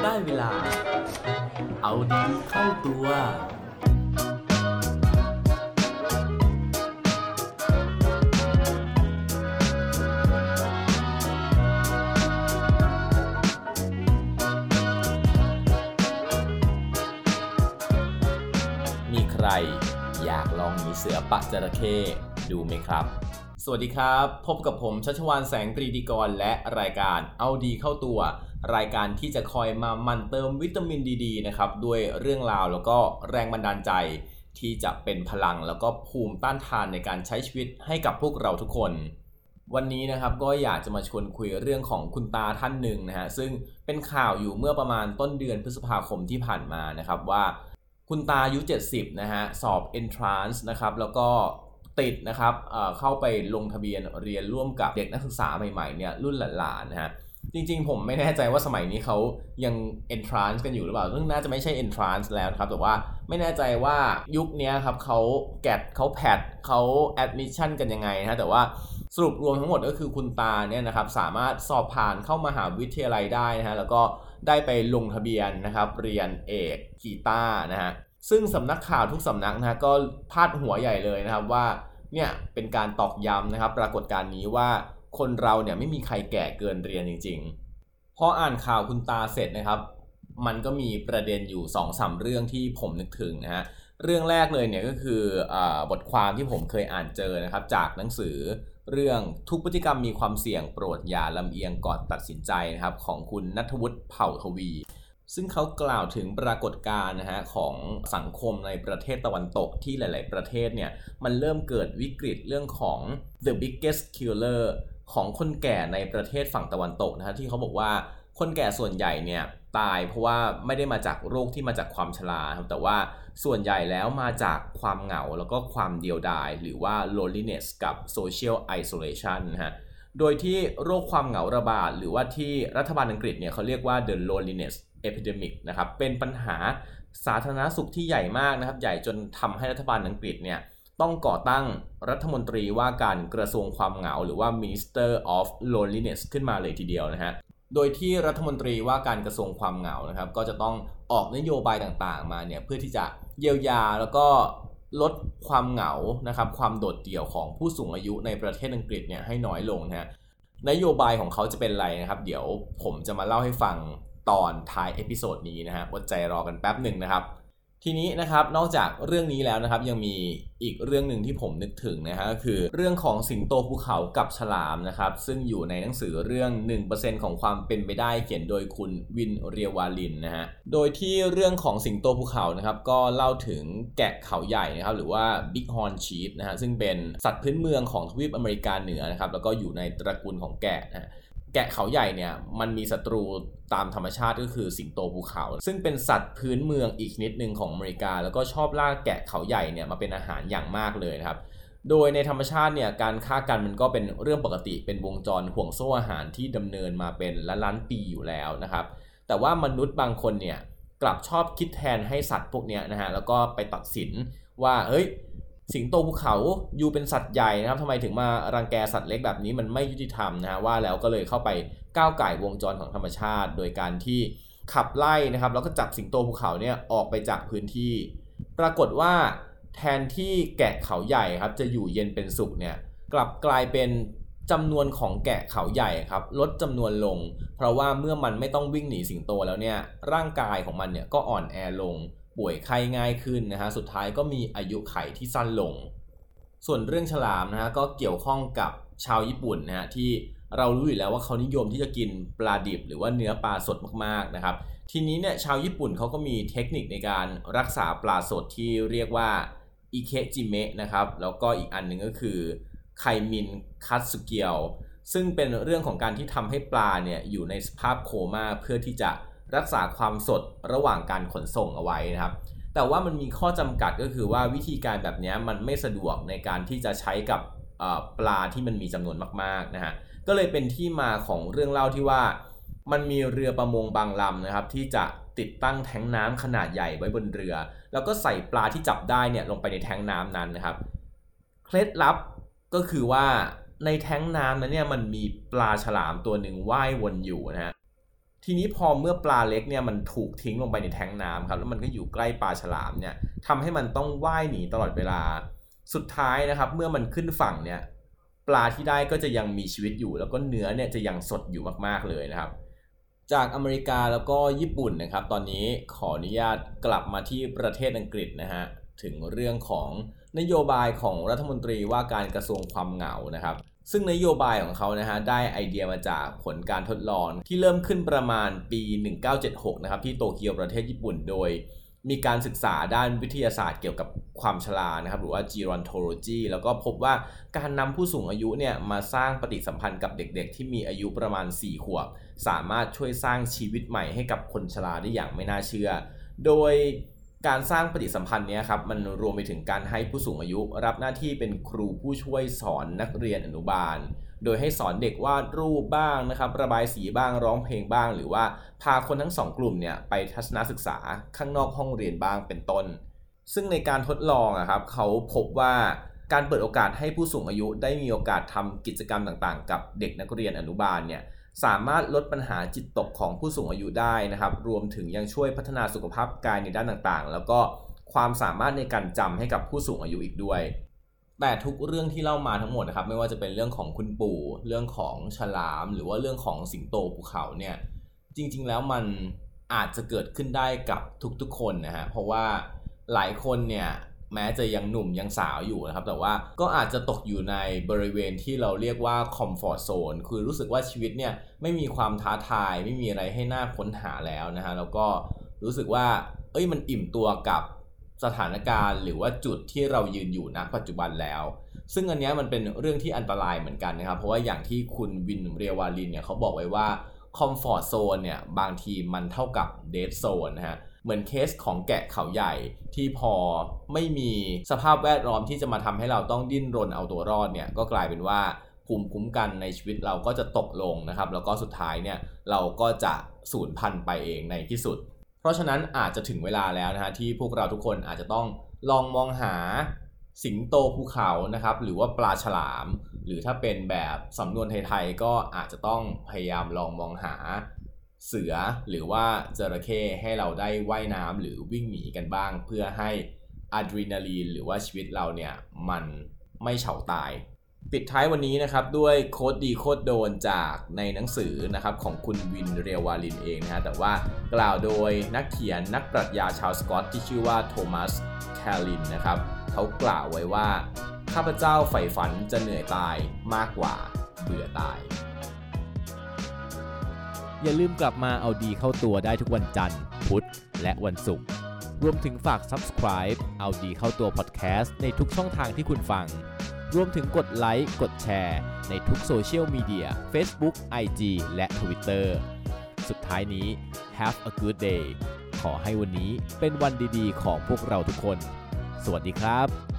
ได้เวลาเอาดีเข้าตัวมีใครอยากลองหนีเสือปะจระเข้ดูไหมครับสวัสดีครับพบกับผมชัชวาลแสงปรีดีกรและรายการเอาดีเข้าตัวรายการที่จะคอยมาหมั่นเติมวิตามินดีนะครับด้วยเรื่องราวแล้วก็แรงบันดาลใจที่จะเป็นพลังแล้วก็ภูมิต้านทานในการใช้ชีวิตให้กับพวกเราทุกคนวันนี้นะครับก็อยากจะมาชวนคุยเรื่องของคุณตาท่านหนึ่งนะฮะซึ่งเป็นข่าวอยู่เมื่อประมาณต้นเดือนพฤษภาคมที่ผ่านมานะครับว่าคุณตาอายุ70นะฮะสอบ Entrance นะครับแล้วก็ติดนะครับเข้าไปลงทะเบียนเรียนร่วมกับเด็กนักศึกษาใหม่ๆเนี่ยรุ่นหลานๆนะฮะจริงๆผมไม่แน่ใจว่าสมัยนี้เขายัง Entrance กันอยู่หรือเปล่าซึ่งน่าจะไม่ใช่ Entrance แล้วครับแต่ว่าไม่แน่ใจว่ายุคนี้ครับเขาแกดเขาแพดเขา Admission กันยังไงนะแต่ว่าสรุปรวมทั้งหมดก็คือคุณตาเนี่ยนะครับสามารถสอบผ่านเข้ามหาวิทยาลัยได้นะฮะแล้วก็ได้ไปลงทะเบียนนะครับเรียนเอกกีตาร์นะฮะซึ่งสำนักข่าวทุกสำนักนะฮะก็พาดหัวใหญ่เลยนะครับว่าเนี่ยเป็นการตอกย้ำนะครับปรากฏการณ์นี้ว่าคนเราเนี่ยไม่มีใครแก่เกินเรียนจริงๆพออ่านข่าวคุณตาเสร็จนะครับมันก็มีประเด็นอยู่ 2-3 เรื่องที่ผมนึกถึงนะฮะเรื่องแรกเลยเนี่ยก็คือบทความที่ผมเคยอ่านเจอนะครับจากหนังสือเรื่องทุกพฤติกรรมมีความเสี่ยงโปรดอย่าลำเอียงก่อนตัดสินใจนะครับของคุณณัฐวุฒิเผ่าทวีซึ่งเขากล่าวถึงปรากฏการณ์นะฮะของสังคมในประเทศตะวันตกที่หลายๆประเทศเนี่ยมันเริ่มเกิดวิกฤตเรื่องของ the biggest killer ของคนแก่ในประเทศฝั่งตะวันตกนะฮะที่เขาบอกว่าคนแก่ส่วนใหญ่เนี่ยตายเพราะว่าไม่ได้มาจากโรคที่มาจากความชราครับแต่ว่าส่วนใหญ่แล้วมาจากความเหงาแล้วก็ความเดียวดายหรือว่า loneliness กับ social isolation นะฮะโดยที่โรคความเหงาระบาดหรือว่าที่รัฐบาลอังกฤษเนี่ยเขาเรียกว่า the loneliness epidemic นะครับเป็นปัญหาสาธารณสุขที่ใหญ่มากนะครับใหญ่จนทำให้รัฐบาลอังกฤษเนี่ยต้องก่อตั้งรัฐมนตรีว่าการกระทรวงความเหงาหรือว่า Minister of Loneliness ขึ้นมาเลยทีเดียวนะฮะโดยที่รัฐมนตรีว่าการกระทรวงความเหงานะครับก็จะต้องออกนโยบายต่างๆมาเนี่ยเพื่อที่จะเยียวยาแล้วก็ลดความเหงานะครับความโดดเดี่ยวของผู้สูงอายุในประเทศอังกฤษเนี่ยให้น้อยลงนะฮะนโยบายของเขาจะเป็นอะไรนะครับเดี๋ยวผมจะมาเล่าให้ฟังตอนท้ายเอพิโซดนี้นะฮะอดใจรอกันแป๊บหนึ่งนะครับทีนี้นะครับนอกจากเรื่องนี้แล้วนะครับยังมีอีกเรื่องหนึ่งที่ผมนึกถึงนะฮะก็คือเรื่องของสิงโตภูเขากับฉลามนะครับซึ่งอยู่ในหนังสือเรื่อง 1% ของความเป็นไปได้เขียนโดยคุณวินเรียวาลินนะฮะโดยที่เรื่องของสิงโตภูเขานะครับก็เล่าถึงแกะเขาใหญ่นะครับหรือว่า Big Horn Sheep นะฮะซึ่งเป็นสัตว์พื้นเมืองของทวีปอเมริกาเหนือนะครับแล้วก็อยู่ในตระกูลของแกะนะแกะเขาใหญ่เนี่ยมันมีศัตรูตามธรรมชาติก็คือสิงโตภูเขาซึ่งเป็นสัตว์พื้นเมืองอีกชนิดหนึ่งของอเมริกาแล้วก็ชอบล่าแกะเขาใหญ่เนี่ยมาเป็นอาหารอย่างมากเลยนะครับโดยในธรรมชาติเนี่ยการฆ่ากันมันก็เป็นเรื่องปกติเป็นวงจรห่วงโซ่อาหารที่ดำเนินมาเป็นล้านปีอยู่แล้วนะครับแต่ว่ามนุษย์บางคนเนี่ยกลับชอบคิดแทนให้สัตว์พวกนี้นะฮะแล้วก็ไปตัดสินว่าเฮ้ยสิงโตภูเขาอยู่เป็นสัตว์ใหญ่นะครับทำไมถึงมารังแกสัตว์เล็กแบบนี้มันไม่ยุติธรรมนะฮะว่าแล้วก็เลยเข้าไปก้าวก่ายวงจรของธรรมชาติโดยการที่ขับไล่นะครับแล้วก็จับสิงโตภูเขาเนี่ยออกไปจากพื้นที่ปรากฏว่าแทนที่แกะเขาใหญ่ครับจะอยู่เย็นเป็นสุขเนี่ยกลับกลายเป็นจำนวนของแกะเขาใหญ่ครับลดจำนวนลงเพราะว่าเมื่อมันไม่ต้องวิ่งหนีสิงโตแล้วเนี่ยร่างกายของมันเนี่ยก็อ่อนแอลงป่วยไข้ง่ายขึ้นนะฮะสุดท้ายก็มีอายุขัยที่สั้นลงส่วนเรื่องฉลามนะฮะก็เกี่ยวข้องกับชาวญี่ปุ่นนะฮะที่เรารู้อยู่แล้วว่าเขานิยมที่จะกินปลาดิบหรือว่าเนื้อปลาสดมากๆนะครับทีนี้เนี่ยชาวญี่ปุ่นเขาก็มีเทคนิคในการรักษาปลาสดที่เรียกว่าอิเคจิเมะนะครับแล้วก็อีกอันนึงก็คือไคมินคัตสึเกียวซึ่งเป็นเรื่องของการที่ทำให้ปลาเนี่ยอยู่ในสภาพโคม่าเพื่อที่จะรักษาความสดระหว่างการขนส่งเอาไว้นะครับแต่ว่ามันมีข้อจำกัดก็คือว่าวิธีการแบบนี้มันไม่สะดวกในการที่จะใช้กับปลาที่มันมีจำนวนมากๆนะฮะก็เลยเป็นที่มาของเรื่องเล่าที่ว่ามันมีเรือประมงบางลำนะครับที่จะติดตั้งแท้งน้ำขนาดใหญ่ไว้บนเรือแล้วก็ใส่ปลาที่จับได้เนี่ยลงไปในแท้งน้ำนั้นนะครับเคล็ดลับก็คือว่าในแท้งน้ำนั้นเนี่ยมันมีปลาฉลามตัวหนึ่งว่ายวนอยู่นะฮะทีนี้พอเมื่อปลาเล็กเนี่ยมันถูกทิ้งลงไปในแท้งน้ำครับแล้วมันก็อยู่ใกล้ปลาฉลามเนี่ยทำให้มันต้องว่ายหนีตลอดเวลาสุดท้ายนะครับเมื่อมันขึ้นฝั่งเนี่ยปลาที่ได้ก็จะยังมีชีวิตอยู่แล้วก็เนื้อเนี่ยจะยังสดอยู่มากๆเลยนะครับจากอเมริกาแล้วก็ญี่ปุ่นนะครับตอนนี้ขออนุญาตกลับมาที่ประเทศอังกฤษนะฮะถึงเรื่องของนโยบายของรัฐมนตรีว่าการกระทรวงความเหงานะครับซึ่งนโยบายของเขานะฮะได้ไอเดียมาจากผลการทดลองที่เริ่มขึ้นประมาณปี 1976 นะครับที่โตเกียวประเทศญี่ปุ่นโดยมีการศึกษาด้านวิทยาศาสตร์เกี่ยวกับความชรานะครับหรือว่า gerontology แล้วก็พบว่าการนำผู้สูงอายุเนี่ยมาสร้างปฏิสัมพันธ์กับเด็กๆที่มีอายุประมาณ 4 ขวบสามารถช่วยสร้างชีวิตใหม่ให้กับคนชราได้อย่างไม่น่าเชื่อโดยการสร้างปฏิสัมพันธ์นี้ครับมันรวมไปถึงการให้ผู้สูงอายุรับหน้าที่เป็นครูผู้ช่วยสอนนักเรียนอนุบาลโดยให้สอนเด็กวาดรูปบ้างนะครับระบายสีบ้างร้องเพลงบ้างหรือว่าพาคนทั้งสองกลุ่มเนี่ยไปทัศนศึกษาข้างนอกห้องเรียนบ้างเป็นต้นซึ่งในการทดลองครับเขาพบว่าการเปิดโอกาสให้ผู้สูงอายุได้มีโอกาสทำกิจกรรมต่างๆกับเด็กนักเรียนอนุบาลเนี่ยสามารถลดปัญหาจิตตกของผู้สูงอายุได้นะครับรวมถึงยังช่วยพัฒนาสุขภาพกายในด้านต่างๆแล้วก็ความสามารถในการจำให้กับผู้สูงอายุอีกด้วยแต่ทุกเรื่องที่เล่ามาทั้งหมดนะครับไม่ว่าจะเป็นเรื่องของคุณปู่เรื่องของฉลามหรือว่าเรื่องของสิงโตภูเขาเนี่ยจริงๆแล้วมันอาจจะเกิดขึ้นได้กับทุกๆคนนะฮะเพราะว่าหลายคนเนี่ยแม้จะยังหนุ่มยังสาวอยู่นะครับแต่ว่าก็อาจจะตกอยู่ในบริเวณที่เราเรียกว่าคอมฟอร์ตโซนคือรู้สึกว่าชีวิตเนี่ยไม่มีความท้าทายไม่มีอะไรให้น่าค้นหาแล้วนะฮะแล้วก็รู้สึกว่ามันอิ่มตัวกับสถานการณ์หรือว่าจุดที่เรายืนอยู่ณปัจจุบันแล้วซึ่งอันนี้มันเป็นเรื่องที่อันตรายเหมือนกันนะครับเพราะว่าอย่างที่คุณวินเรียวาลินเนี่ยเขาบอกไว้ว่าคอมฟอร์ตโซนเนี่ยบางทีมันเท่ากับเดดโซนนะฮะเหมือนเคสของแกะเขาใหญ่ที่พอไม่มีสภาพแวดล้อมที่จะมาทำให้เราต้องดิ้นรนเอาตัวรอดเนี่ยก็กลายเป็นว่าภูมิคุ้มกันในชีวิตเราก็จะตกลงนะครับแล้วก็สุดท้ายเนี่ยเราก็จะสูญพันธุ์ไปเองในที่สุดเพราะฉะนั้นอาจจะถึงเวลาแล้วนะฮะที่พวกเราทุกคนอาจจะต้องลองมองหาสิงโตภูเขานะครับหรือว่าปลาฉลามหรือถ้าเป็นแบบสำนวนไทยๆก็อาจจะต้องพยายามลองมองหาเสือหรือว่าจระเข้ให้เราได้ว่ายน้ำหรือวิ่งหนีกันบ้างเพื่อให้อะดรีนาลีนหรือว่าชีวิตเราเนี่ยมันไม่เฉาตายปิดท้ายวันนี้นะครับด้วยโค้ดดีโค้ดโดนจากในหนังสือนะครับของคุณวินเรียววาลินเองนะฮะแต่ว่ากล่าวโดยนักเขียนนักปรัชญาชาวสกอตที่ชื่อว่าโทมัสแคลินนะครับเขากล่าวไว้ว่าข้าพเจ้าใฝ่ฝันจะเหนื่อยตายมากกว่าเบื่อตายอย่าลืมกลับมาเอาดีเข้าตัวได้ทุกวันจันทร์พุธและวันศุกร์รวมถึงฝาก Subscribe เอาดีเข้าตัว Podcast ในทุกช่องทางที่คุณฟังรวมถึงกดไลค์กดแชร์ในทุกโซเชียลมีเดีย Facebook IG และ Twitter สุดท้ายนี้ Have a good day ขอให้วันนี้เป็นวันดีๆของพวกเราทุกคนสวัสดีครับ